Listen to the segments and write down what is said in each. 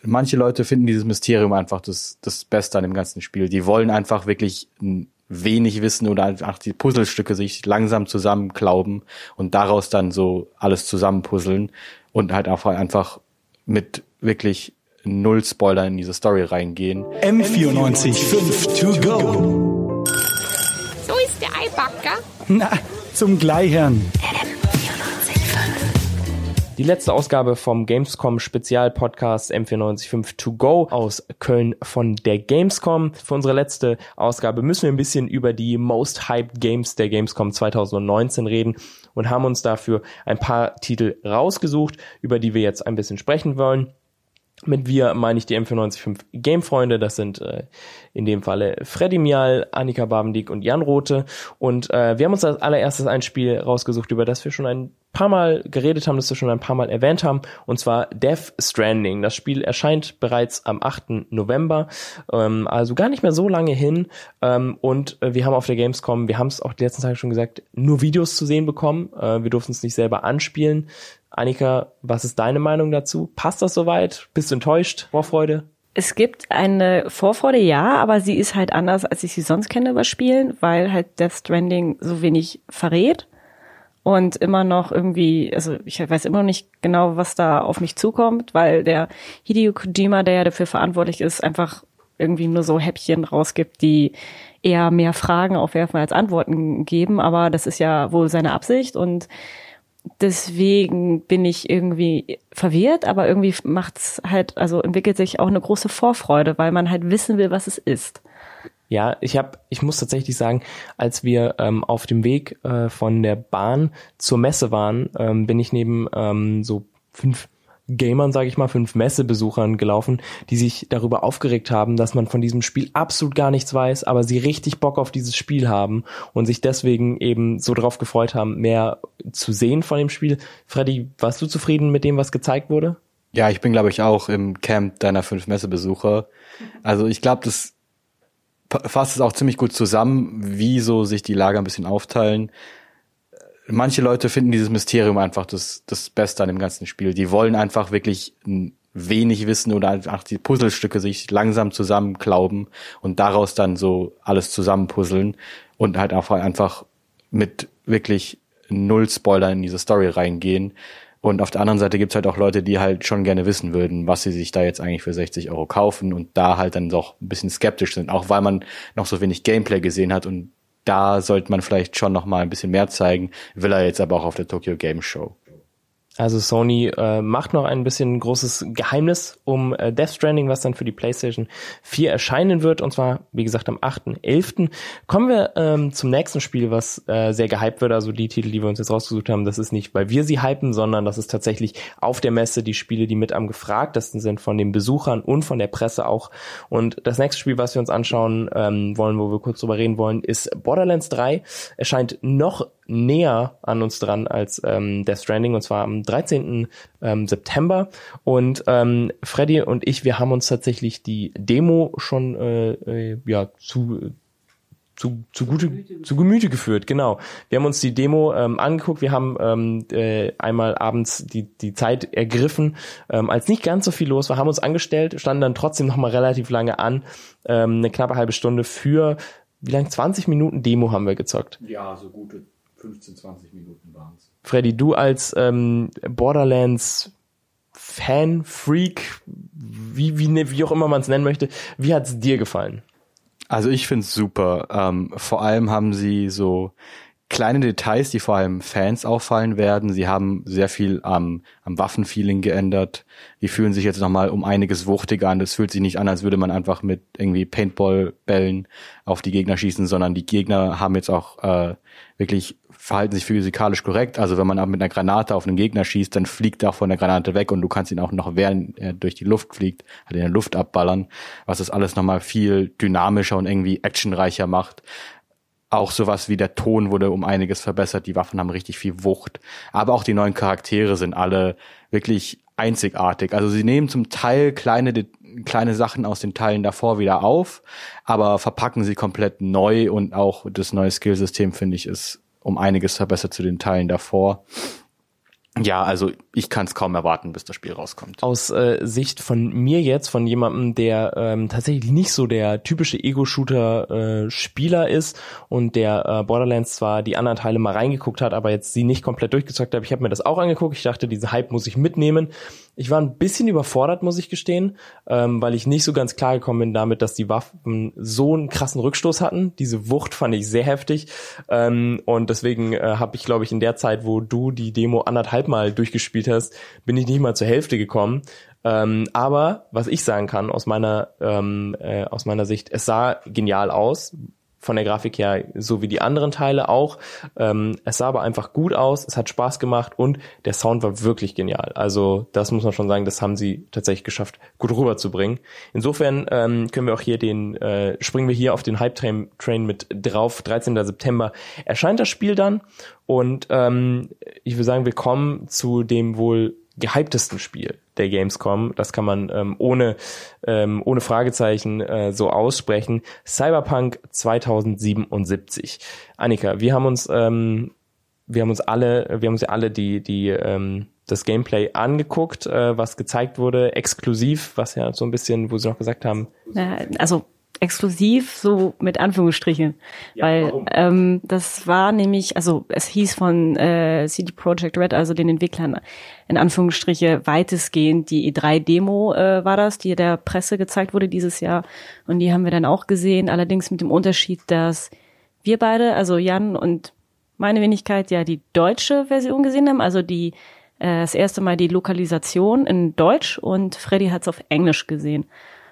manche Leute finden dieses Mysterium einfach das Beste an dem ganzen Spiel. Die wollen einfach wirklich wenig wissen oder einfach die Puzzlestücke sich langsam zusammenklauben und daraus dann so alles zusammenpuzzeln und halt auch einfach mit wirklich null Spoiler in diese Story reingehen. M94.5 to go. So ist der Eibacker. Na, zum Gleichern. Die letzte Ausgabe vom Gamescom Spezialpodcast M94.5 to go aus Köln von der Gamescom. Für unsere letzte Ausgabe müssen wir ein bisschen über die Most Hyped Games der Gamescom 2019 reden und haben uns dafür ein paar Titel rausgesucht, über die wir jetzt ein bisschen sprechen wollen. Mit wir meine ich die M94.5 Gamefreunde, das sind in dem Falle Freddy Mial, Annika Babendiek und Jan Rothe. Und wir haben uns als allererstes ein Spiel rausgesucht, über das wir schon ein paar Mal geredet haben, das wir schon ein paar Mal erwähnt haben, und zwar Death Stranding. Das Spiel erscheint bereits am 8. November, also gar nicht mehr so lange hin. Und wir haben auf der Gamescom, wir haben es auch die letzten Tage schon gesagt, nur Videos zu sehen bekommen. Wir durften es nicht selber anspielen. Annika, was ist deine Meinung dazu? Passt das soweit? Bist du enttäuscht? Vorfreude? Es gibt eine Vorfreude, ja, aber sie ist halt anders, als ich sie sonst kenne bei Spielen, weil halt Death Stranding so wenig verrät und immer noch irgendwie, also ich weiß immer noch nicht genau, was da auf mich zukommt, weil der Hideo Kojima, der ja dafür verantwortlich ist, einfach irgendwie nur so Häppchen rausgibt, die eher mehr Fragen aufwerfen als Antworten geben, aber das ist ja wohl seine Absicht und deswegen bin ich irgendwie verwirrt, aber irgendwie macht's halt, also entwickelt sich auch eine große Vorfreude, weil man halt wissen will, was es ist. Ja, ich muss tatsächlich sagen, als wir auf dem Weg von der Bahn zur Messe waren, bin ich neben so 5 Gamern, sage ich mal, 5 Messebesuchern gelaufen, die sich darüber aufgeregt haben, dass man von diesem Spiel absolut gar nichts weiß, aber sie richtig Bock auf dieses Spiel haben und sich deswegen eben so drauf gefreut haben, mehr zu sehen von dem Spiel. Freddy, warst du zufrieden mit dem, was gezeigt wurde? Ja, ich bin, glaube ich, auch im Camp deiner 5 Messebesucher. Also ich glaube, das fasst es auch ziemlich gut zusammen, wie so sich die Lager ein bisschen aufteilen. Manche Leute finden dieses Mysterium einfach das Beste an dem ganzen Spiel. Die wollen einfach wirklich wenig wissen oder einfach die Puzzlestücke sich langsam zusammenklauben und daraus dann so alles zusammenpuzzeln und halt auch einfach mit wirklich null Spoiler in diese Story reingehen. Und auf der anderen Seite gibt's halt auch Leute, die halt schon gerne wissen würden, was sie sich da jetzt eigentlich für 60 € kaufen und da halt dann doch ein bisschen skeptisch sind, auch weil man noch so wenig Gameplay gesehen hat und da sollte man vielleicht schon noch mal ein bisschen mehr zeigen, will er jetzt aber auch auf der Tokyo Game Show. Also Sony macht noch ein bisschen großes Geheimnis um Death Stranding, was dann für die PlayStation 4 erscheinen wird, und zwar, wie gesagt, am 8.11. Kommen wir zum nächsten Spiel, was sehr gehypt wird, also die Titel, die wir uns jetzt rausgesucht haben, das ist nicht, weil wir sie hypen, sondern das ist tatsächlich auf der Messe die Spiele, die mit am gefragtesten sind von den Besuchern und von der Presse auch. Und das nächste Spiel, was wir uns anschauen wollen, wo wir kurz drüber reden wollen, ist Borderlands 3. Erscheint noch näher an uns dran als Death Stranding, und zwar am 13. September. Und Freddy und ich, wir haben uns tatsächlich die Demo schon zu Gemüte geführt, genau. Wir haben uns die Demo angeguckt, wir haben einmal abends die Zeit ergriffen, als nicht ganz so viel los war, haben uns angestellt, standen dann trotzdem noch mal relativ lange an, eine knappe halbe Stunde für, wie lang, 20 Minuten Demo haben wir gezockt. Ja, so gute 15, 20 Minuten waren es. Freddy, du als Borderlands Fan, Freak, wie auch immer man es nennen möchte, wie hat's dir gefallen? Also ich find's super. Vor allem haben sie so kleine Details, die vor allem Fans auffallen werden. Sie haben sehr viel am Waffenfeeling geändert. Die fühlen sich jetzt nochmal um einiges wuchtiger an. Das fühlt sich nicht an, als würde man einfach mit irgendwie Paintball-Bällen auf die Gegner schießen, sondern die Gegner haben jetzt auch wirklich, verhalten sich physikalisch korrekt. Also wenn man mit einer Granate auf einen Gegner schießt, dann fliegt er auch von der Granate weg und du kannst ihn auch noch, während er durch die Luft fliegt, halt in der Luft abballern, was das alles nochmal viel dynamischer und irgendwie actionreicher macht. Auch sowas wie der Ton wurde um einiges verbessert, die Waffen haben richtig viel Wucht, aber auch die neuen Charaktere sind alle wirklich einzigartig. Also sie nehmen zum Teil kleine Sachen aus den Teilen davor wieder auf, aber verpacken sie komplett neu und auch das neue Skillsystem, finde ich, ist um einiges verbessert zu den Teilen davor. Ja, also ich kann es kaum erwarten, bis das Spiel rauskommt. Aus Sicht von mir jetzt, von jemandem, der tatsächlich nicht so der typische Ego-Shooter-Spieler ist und der Borderlands zwar die anderen Teile mal reingeguckt hat, aber jetzt sie nicht komplett durchgezockt hat. Ich habe mir das auch angeguckt. Ich dachte, diesen Hype muss ich mitnehmen. Ich war ein bisschen überfordert, muss ich gestehen, weil ich nicht so ganz klar gekommen bin damit, dass die Waffen so einen krassen Rückstoß hatten. Diese Wucht fand ich sehr heftig. Und deswegen habe ich, glaube ich, in der Zeit, wo du die Demo 1,5 Mal durchgespielt hast, bin ich nicht mal zur Hälfte gekommen. Aber was ich sagen kann aus meiner Sicht, es sah genial aus. Von der Grafik her, so wie die anderen Teile auch. Es sah aber einfach gut aus, es hat Spaß gemacht und der Sound war wirklich genial. Also das muss man schon sagen, das haben sie tatsächlich geschafft, gut rüberzubringen. Insofern können wir auch hier springen wir hier auf den Hype-Train mit drauf. 13. September erscheint das Spiel dann und ich würde sagen, wir kommen zu dem wohl gehyptesten Spiel der Gamescom. Das kann man ohne Fragezeichen so aussprechen. Cyberpunk 2077. Annika, wir haben uns ja alle das Gameplay angeguckt, was gezeigt wurde, exklusiv, was ja so ein bisschen, wo sie noch gesagt haben. Ja, also exklusiv, so mit Anführungsstrichen, ja, weil das war nämlich, also es hieß von CD Projekt Red, also den Entwicklern in Anführungsstriche weitestgehend die E3-Demo war das, die der Presse gezeigt wurde dieses Jahr und die haben wir dann auch gesehen, allerdings mit dem Unterschied, dass wir beide, also Jan und meine Wenigkeit, ja die deutsche Version gesehen haben, also das erste Mal die Lokalisation in Deutsch und Freddy hat es auf Englisch gesehen.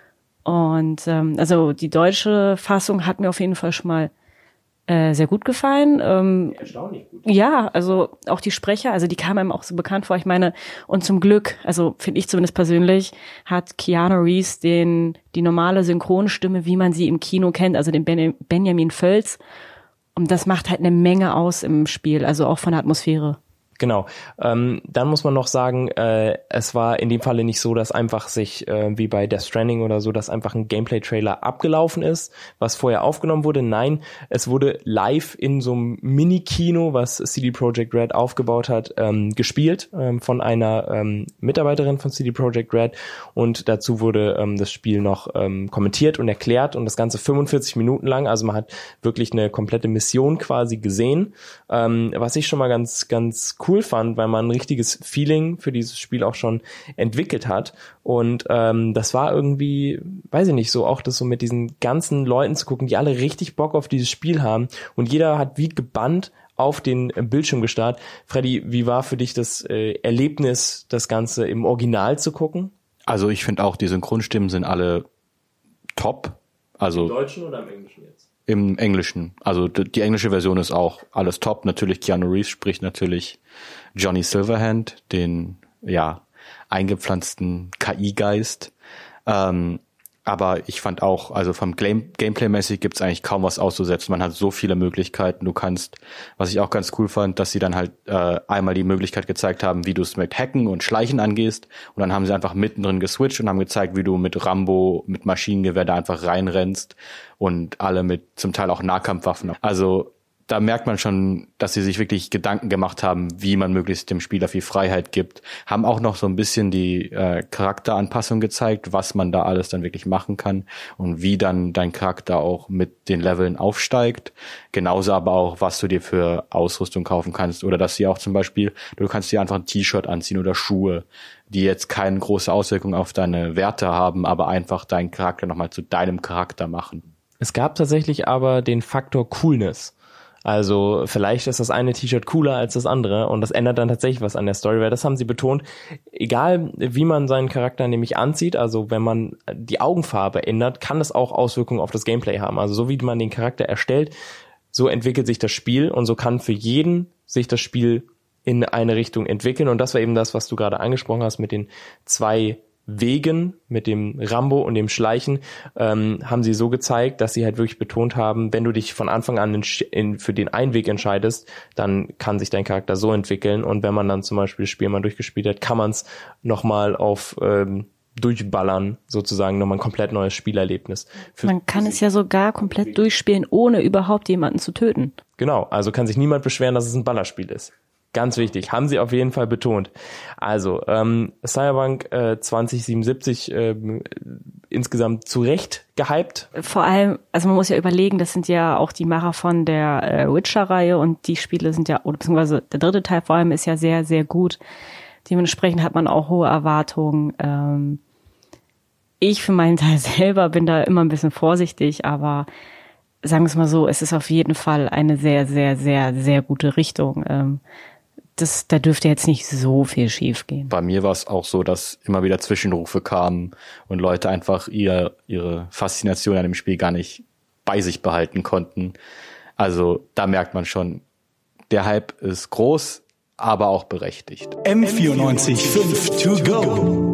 Und also die deutsche Fassung hat mir auf jeden Fall schon mal sehr gut gefallen. Erstaunlich gut. Ja, also auch die Sprecher, also die kamen einem auch so bekannt vor. Ich meine, und zum Glück, also finde ich zumindest persönlich, hat Keanu Reeves die normale Synchronstimme, wie man sie im Kino kennt, also den Benjamin Völz. Und das macht halt eine Menge aus im Spiel, also auch von der Atmosphäre. Genau. Dann muss man noch sagen, es war in dem Falle nicht so, dass einfach sich, wie bei Death Stranding oder so, dass einfach ein Gameplay-Trailer abgelaufen ist, was vorher aufgenommen wurde. Nein, es wurde live in so einem Mini-Kino, was CD Projekt Red aufgebaut hat, gespielt von einer Mitarbeiterin von CD Projekt Red und dazu wurde das Spiel noch kommentiert und erklärt und das Ganze 45 Minuten lang. Also man hat wirklich eine komplette Mission quasi gesehen, was ich schon mal ganz, ganz cool fand, weil man ein richtiges Feeling für dieses Spiel auch schon entwickelt hat und das war irgendwie, weiß ich nicht, so auch das so mit diesen ganzen Leuten zu gucken, die alle richtig Bock auf dieses Spiel haben und jeder hat wie gebannt auf den Bildschirm gestarrt. Freddy, wie war für dich das Erlebnis, das Ganze im Original zu gucken? Also ich finde auch, die Synchronstimmen sind alle top. Also im Deutschen oder im Englischen jetzt? Im Englischen. Also die englische Version ist auch alles top. Natürlich Keanu Reeves spricht natürlich Johnny Silverhand, den eingepflanzten KI-Geist. Aber ich fand auch, also vom Gameplay-mäßig gibt's eigentlich kaum was auszusetzen. Man hat so viele Möglichkeiten. Du kannst, was ich auch ganz cool fand, dass sie dann halt einmal die Möglichkeit gezeigt haben, wie du es mit Hacken und Schleichen angehst. Und dann haben sie einfach mittendrin geswitcht und haben gezeigt, wie du mit Rambo, mit Maschinengewehr da einfach reinrennst. Und alle mit zum Teil auch Nahkampfwaffen. Also da merkt man schon, dass sie sich wirklich Gedanken gemacht haben, wie man möglichst dem Spieler viel Freiheit gibt. Haben auch noch so ein bisschen die Charakteranpassung gezeigt, was man da alles dann wirklich machen kann und wie dann dein Charakter auch mit den Leveln aufsteigt. Genauso aber auch, was du dir für Ausrüstung kaufen kannst oder dass sie auch zum Beispiel, du kannst dir einfach ein T-Shirt anziehen oder Schuhe, die jetzt keine große Auswirkung auf deine Werte haben, aber einfach deinen Charakter nochmal zu deinem Charakter machen. Es gab tatsächlich aber den Faktor Coolness. Also vielleicht ist das eine T-Shirt cooler als das andere und das ändert dann tatsächlich was an der Story, weil das haben sie betont. Egal, wie man seinen Charakter nämlich anzieht, also wenn man die Augenfarbe ändert, kann das auch Auswirkungen auf das Gameplay haben. Also so wie man den Charakter erstellt, so entwickelt sich das Spiel und so kann für jeden sich das Spiel in eine Richtung entwickeln. Und das war eben das, was du gerade angesprochen hast mit den 2 Wegen, mit dem Rambo und dem Schleichen, haben sie so gezeigt, dass sie halt wirklich betont haben, wenn du dich von Anfang an für den einen Weg entscheidest, dann kann sich dein Charakter so entwickeln und wenn man dann zum Beispiel das Spiel mal durchgespielt hat, kann man es nochmal auf durchballern, sozusagen nochmal ein komplett neues Spielerlebnis. Man kann es ja sogar komplett durchspielen, ohne überhaupt jemanden zu töten. Genau, also kann sich niemand beschweren, dass es ein Ballerspiel ist. Ganz wichtig, haben sie auf jeden Fall betont. Also, Cyberpunk 2077 insgesamt zu Recht gehypt. Vor allem, also man muss ja überlegen, das sind ja auch die Macher von der Witcher-Reihe und die Spiele sind ja, oder beziehungsweise der dritte Teil vor allem ist ja sehr, sehr gut. Dementsprechend hat man auch hohe Erwartungen. Ich für meinen Teil selber bin da immer ein bisschen vorsichtig, aber sagen wir es mal so, es ist auf jeden Fall eine sehr, sehr, sehr, sehr gute Richtung. Da dürfte jetzt nicht so viel schief gehen. Bei mir war es auch so, dass immer wieder Zwischenrufe kamen und Leute einfach ihre Faszination an dem Spiel gar nicht bei sich behalten konnten. Also da merkt man schon, der Hype ist groß, aber auch berechtigt. M94.5 to go.